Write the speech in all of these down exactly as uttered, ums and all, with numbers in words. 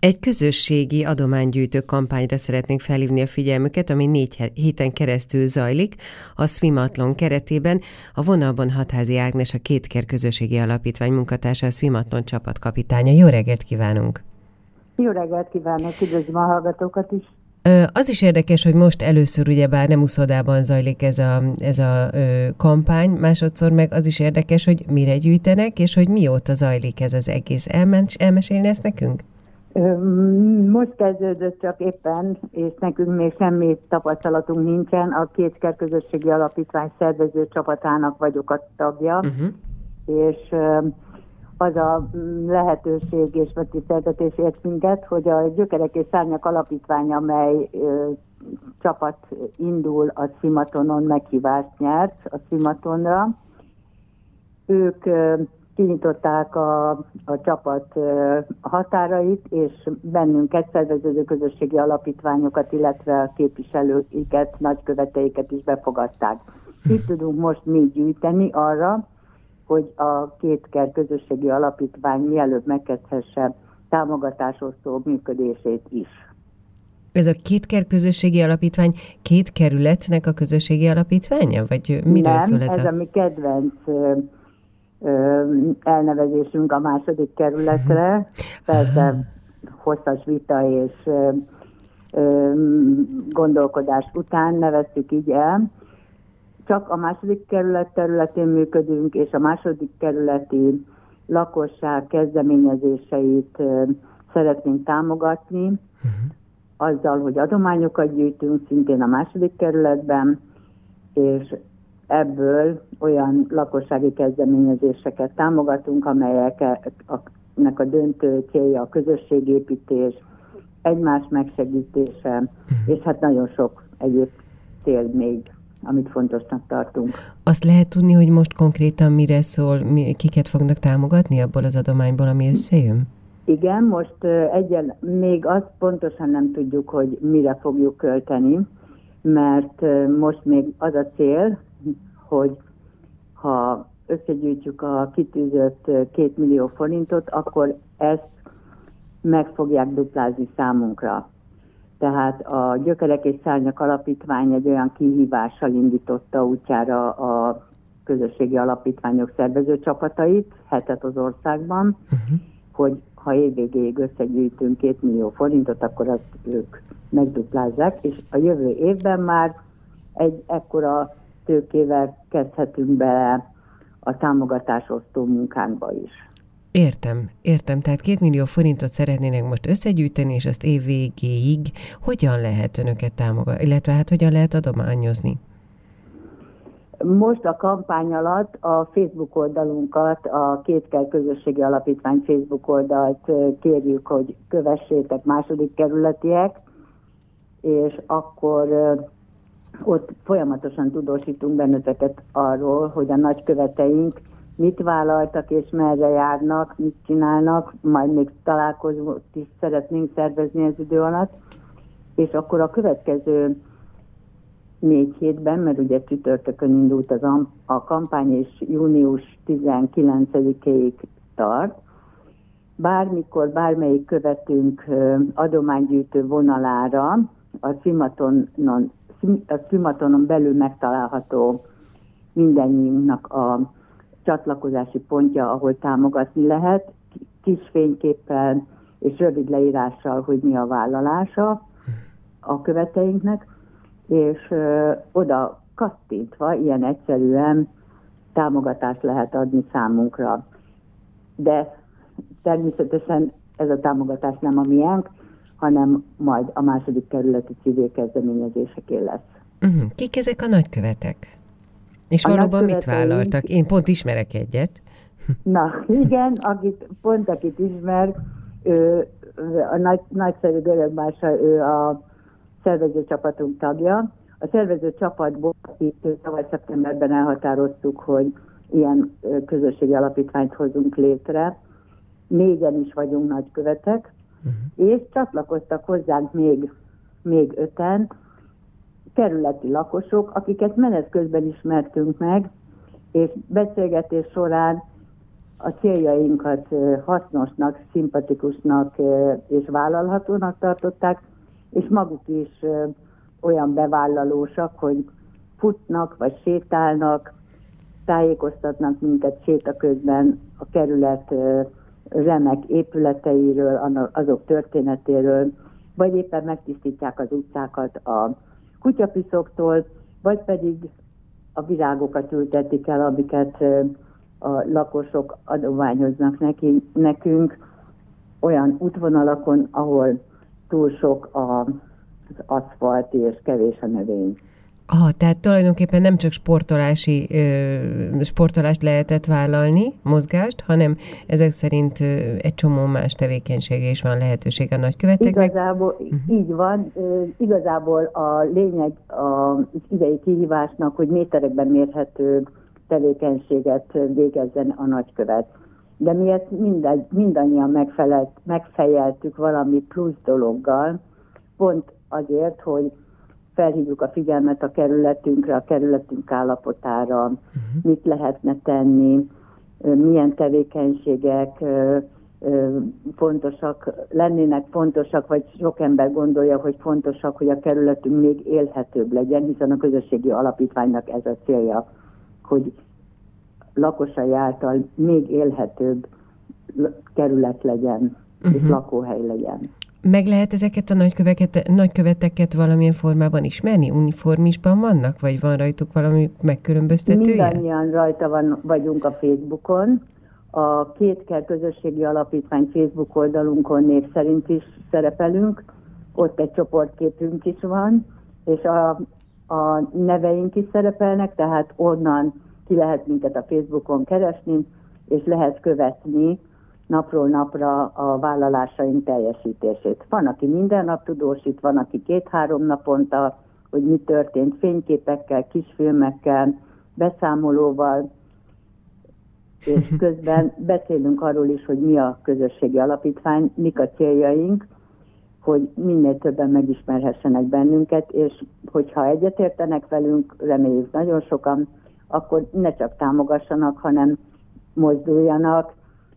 Egy közösségi adománygyűjtő kampányra szeretnénk felhívni a figyelmüket, ami négy héten keresztül zajlik a Swimatlon keretében. A vonalban Hatházi Ágnes, a Kétker Közösségi Alapítvány munkatársa, a Swimatlon csapatkapitánya. Jó reggelt kívánunk! Jó reggelt kívánok, üdvözlöm a hallgatókat is! Az is érdekes, hogy most először ugyebár nem uszodában zajlik ez a, ez a ö, kampány, másodszor meg az is érdekes, hogy mire gyűjtenek, és hogy mióta zajlik ez az egész. Elmes, elmesélni ezt nekünk? Most kezdődött csak éppen, és nekünk még semmi tapasztalatunk nincsen. A Kétker Közösségi Alapítvány szervező csapatának vagyok a tagja, uh-huh. és az a lehetőség és megtiszteltetés ért minket, hogy a Gyökerek és Szárnyak Alapítvány, amely ö, csapat indul a Swimatonon, meghívást nyert a Swimatonra. Ők ö, kinyitották a, a csapat ö, határait, és bennünket, szerveződő közösségi alapítványokat, illetve a képviselőiket, nagyköveteiket is befogadták. Itt tudunk most mi gyűjteni arra, hogy a Kétker Közösségi Alapítvány mielőbb megkezdhesse támogatásosztó működését is. Ez a Kétker Közösségi Alapítvány két kerületnek a közösségi alapítványa? Vagy miről Nem, szól ez? ez a... a mi kedvenc ö, ö, elnevezésünk a második kerületre. Persze hosszas vita és ö, ö, gondolkodás után neveztük így el. Csak a második kerület területén működünk, és a második kerületi lakosság kezdeményezéseit uh, szeretnénk támogatni, uh-huh. azzal, hogy adományokat gyűjtünk szintén a második kerületben, és ebből olyan lakossági kezdeményezéseket támogatunk, amelyeknek a döntő célja a közösségépítés, egymás megsegítése, uh-huh. és hát nagyon sok egyéb cél még, amit fontosnak tartunk. Azt lehet tudni, hogy most konkrétan mire szól, mi, kiket fognak támogatni abból az adományból, ami összejön? Igen, most uh, egyen, még azt pontosan nem tudjuk, hogy mire fogjuk költeni, mert uh, most még az a cél, hogy ha összegyűjtjük a kitűzött uh, két millió forintot, akkor ezt meg fogják duplázni számunkra. Tehát a Gyökerek és Szárnyak Alapítvány egy olyan kihívással indította útjára a közösségi alapítványok szervező csapatait, hetet az országban, uh-huh. hogy ha évvégéig összegyűjtünk két millió forintot, akkor azt ők megduplázzák, és a jövő évben már egy ekkora tőkével kezdhetünk bele a támogatásosztó munkánkba is. Értem, értem. Tehát két millió forintot szeretnének most összegyűjteni, és azt év végéig hogyan lehet önöket támogatni, illetve hát hogyan lehet adományozni? Most a kampány alatt a Facebook oldalunkat, a Kétker Közösségi Alapítvány Facebook oldalt kérjük, hogy kövessétek második kerületiek, és akkor ott folyamatosan tudósítunk benneteket arról, hogy a nagyköveteink mit vállaltak és merre járnak, mit csinálnak, majd még találkozót is szeretnénk szervezni az idő alatt, és akkor a következő négy hétben, mert ugye csütörtökön indult az a, a kampány, és június tizenkilencedikéig tart, bármikor bármelyik követünk adománygyűjtő vonalára a Swimatonon, a Swimatonon belül megtalálható mindennyiunknak a csatlakozási pontja, ahol támogatni lehet, kis fényképpel és rövid leírással, hogy mi a vállalása a követeinknek, és ö, oda kattintva ilyen egyszerűen támogatást lehet adni számunkra. De természetesen ez a támogatás nem a miénk, hanem majd a második kerületi civil kezdeményezéseké lesz. Uh-huh. Kik ezek a nagykövetek? És a valóban mit vállaltak? Én pont ismerek egyet. Na, igen, akit, pont akit ismer, ő, a nagy, nagyszerű Görög Mársa, ő a szervező csapatunk tagja. A szervező csapatból itt tavaly szeptemberben elhatároztuk, hogy ilyen közösségi alapítványt hozunk létre. Négyen is vagyunk nagykövetek, uh-huh. és csatlakoztak hozzánk még, még öten, kerületi lakosok, akiket menet közben ismertünk meg, és beszélgetés során a céljainkat hasznosnak, szimpatikusnak és vállalhatónak tartották, és maguk is olyan bevállalósak, hogy futnak vagy sétálnak, tájékoztatnak minket séta közben a kerület remek épületeiről, azok történetéről, vagy éppen megtisztítják az utcákat a kutyapiszoktól, vagy pedig a virágokat ültetik el, amiket a lakosok adományoznak neki, nekünk olyan útvonalakon, ahol túl sok az aszfalt és kevés a növény. Aha, tehát tulajdonképpen nem csak sportolási, sportolást lehetett vállalni, mozgást, hanem ezek szerint egy csomó más tevékenységre is van lehetőség a nagyköveteknek. Igazából uh-huh. így van. Igazából a lényeg az idei kihívásnak, hogy méterekben mérhető tevékenységet végezzen a nagykövet. De mi ezt mindegy, mindannyian megfelelt, megfejeltük valami plusz dologgal, pont azért, hogy felhívjuk a figyelmet a kerületünkre, a kerületünk állapotára, uh-huh. mit lehetne tenni, milyen tevékenységek fontosak, lennének fontosak, vagy sok ember gondolja, hogy fontosak, hogy a kerületünk még élhetőbb legyen, hiszen a közösségi alapítványnak ez a célja, hogy lakosai által még élhetőbb kerület legyen, uh-huh. és lakóhely legyen. Meg lehet ezeket a nagyköveket, nagyköveteket valamilyen formában ismerni? Uniformisban vannak? Vagy van rajtuk valami megkülönböztetője? Mindannyian rajta van, vagyunk a Facebookon. A Kétkert Közösségi Alapítvány Facebook oldalunkon név szerint is szerepelünk. Ott egy csoportképünk is van, és a, a neveink is szerepelnek, tehát onnan ki lehet minket a Facebookon keresni, és lehet követni napról napra a vállalásaink teljesítését. Van, aki minden nap tudósít, van, aki két-három naponta, hogy mi történt, fényképekkel, kisfilmekkel, beszámolóval, és közben beszélünk arról is, hogy mi a közösségi alapítvány, mik a céljaink, hogy minél többen megismerhessenek bennünket, és hogyha egyetértenek velünk, reméljük nagyon sokan, akkor ne csak támogassanak, hanem mozduljanak,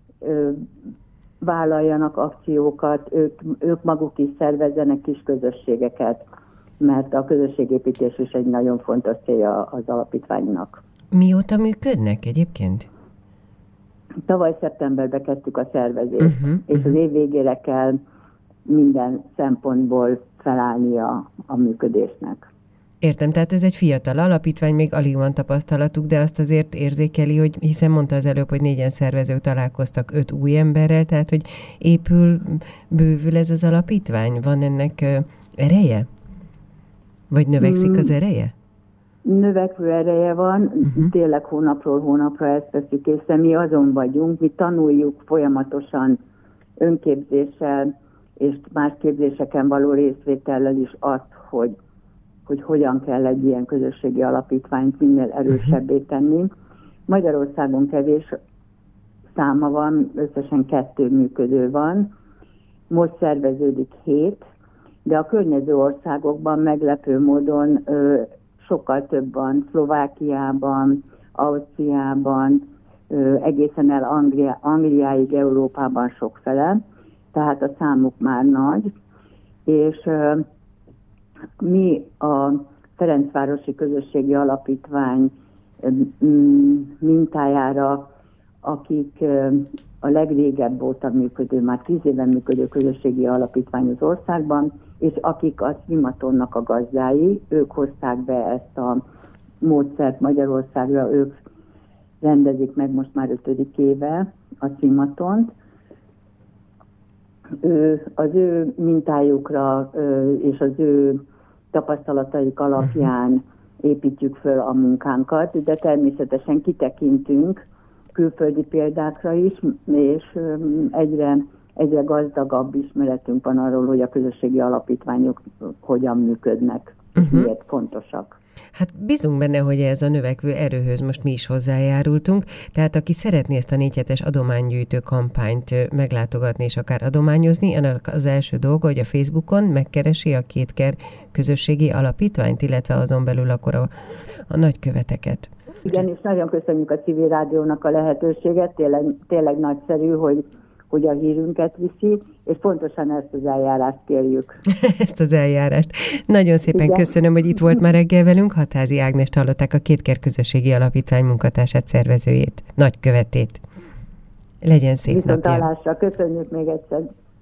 vállaljanak akciókat, ők, ők maguk is szervezzenek kis közösségeket, mert a közösségépítés is egy nagyon fontos célja az alapítványnak. Mióta működnek egyébként? Tavaly szeptemberben kezdtük a szervezést, uh-huh, és uh-huh. az év végére kell minden szempontból felállni a, a működésnek. Értem, tehát ez egy fiatal alapítvány, még alig van tapasztalatuk, de azt azért érzékeli, hogy hiszen mondta az előbb, hogy négyen szervezők találkoztak öt új emberrel, tehát hogy épül, bővül ez az alapítvány? Van ennek ereje? Vagy növekszik az ereje? Növekvő ereje van, uh-huh. tényleg hónapról hónapra ezt veszük észre, mi azon vagyunk, mi tanuljuk folyamatosan önképzéssel és más képzéseken való részvétellel is azt, hogy hogy hogyan kell egy ilyen közösségi alapítványt minél erősebbé tenni. Magyarországon kevés száma van, összesen kettő működő van, most szerveződik hét, de a környező országokban meglepő módon ö, sokkal több van, Szlovákiában, Ausztriában, ö, egészen el Anglia, Angliáig, Európában sokfele, tehát a számuk már nagy, és ö, mi a Ferencvárosi Közösségi Alapítvány mintájára, akik a legrégebb óta működő, már tíz éve működő közösségi alapítvány az országban, és akik a Swimatonnak a gazdái, ők hozták be ezt a módszert Magyarországra, ők rendezik meg most már ötödik éve a Swimatont. Ő, az ő mintájukra és az ő tapasztalataik alapján építjük föl a munkánkat, de természetesen kitekintünk külföldi példákra is, és egyre, egyre gazdagabb ismeretünk van arról, hogy a közösségi alapítványok hogyan működnek, és uh-huh. miért fontosak. Hát bízunk benne, hogy ez a növekvő erőhöz most mi is hozzájárultunk, tehát aki szeretné ezt a négyhetes adománygyűjtő kampányt meglátogatni és akár adományozni, annak az első dolga, hogy a Facebookon megkeresi a Kétkert Közösségi Alapítványt, illetve azon belül akkor a, a nagyköveteket. Igen, és nagyon köszönjük a Civil Rádiónak a lehetőséget, tényleg, tényleg nagyszerű, hogy, hogy a hírünket viszi, és pontosan ezt az eljárást kérjük. Ezt az eljárást. Nagyon szépen Igen. köszönöm, hogy itt volt ma reggel velünk. Hatházi Ágnest hallották, a Kétker Közösségi Alapítvány munkatársát, szervezőjét, nagykövetét. Legyen szép napja. Viszontlátásra, köszönjük még egyszer.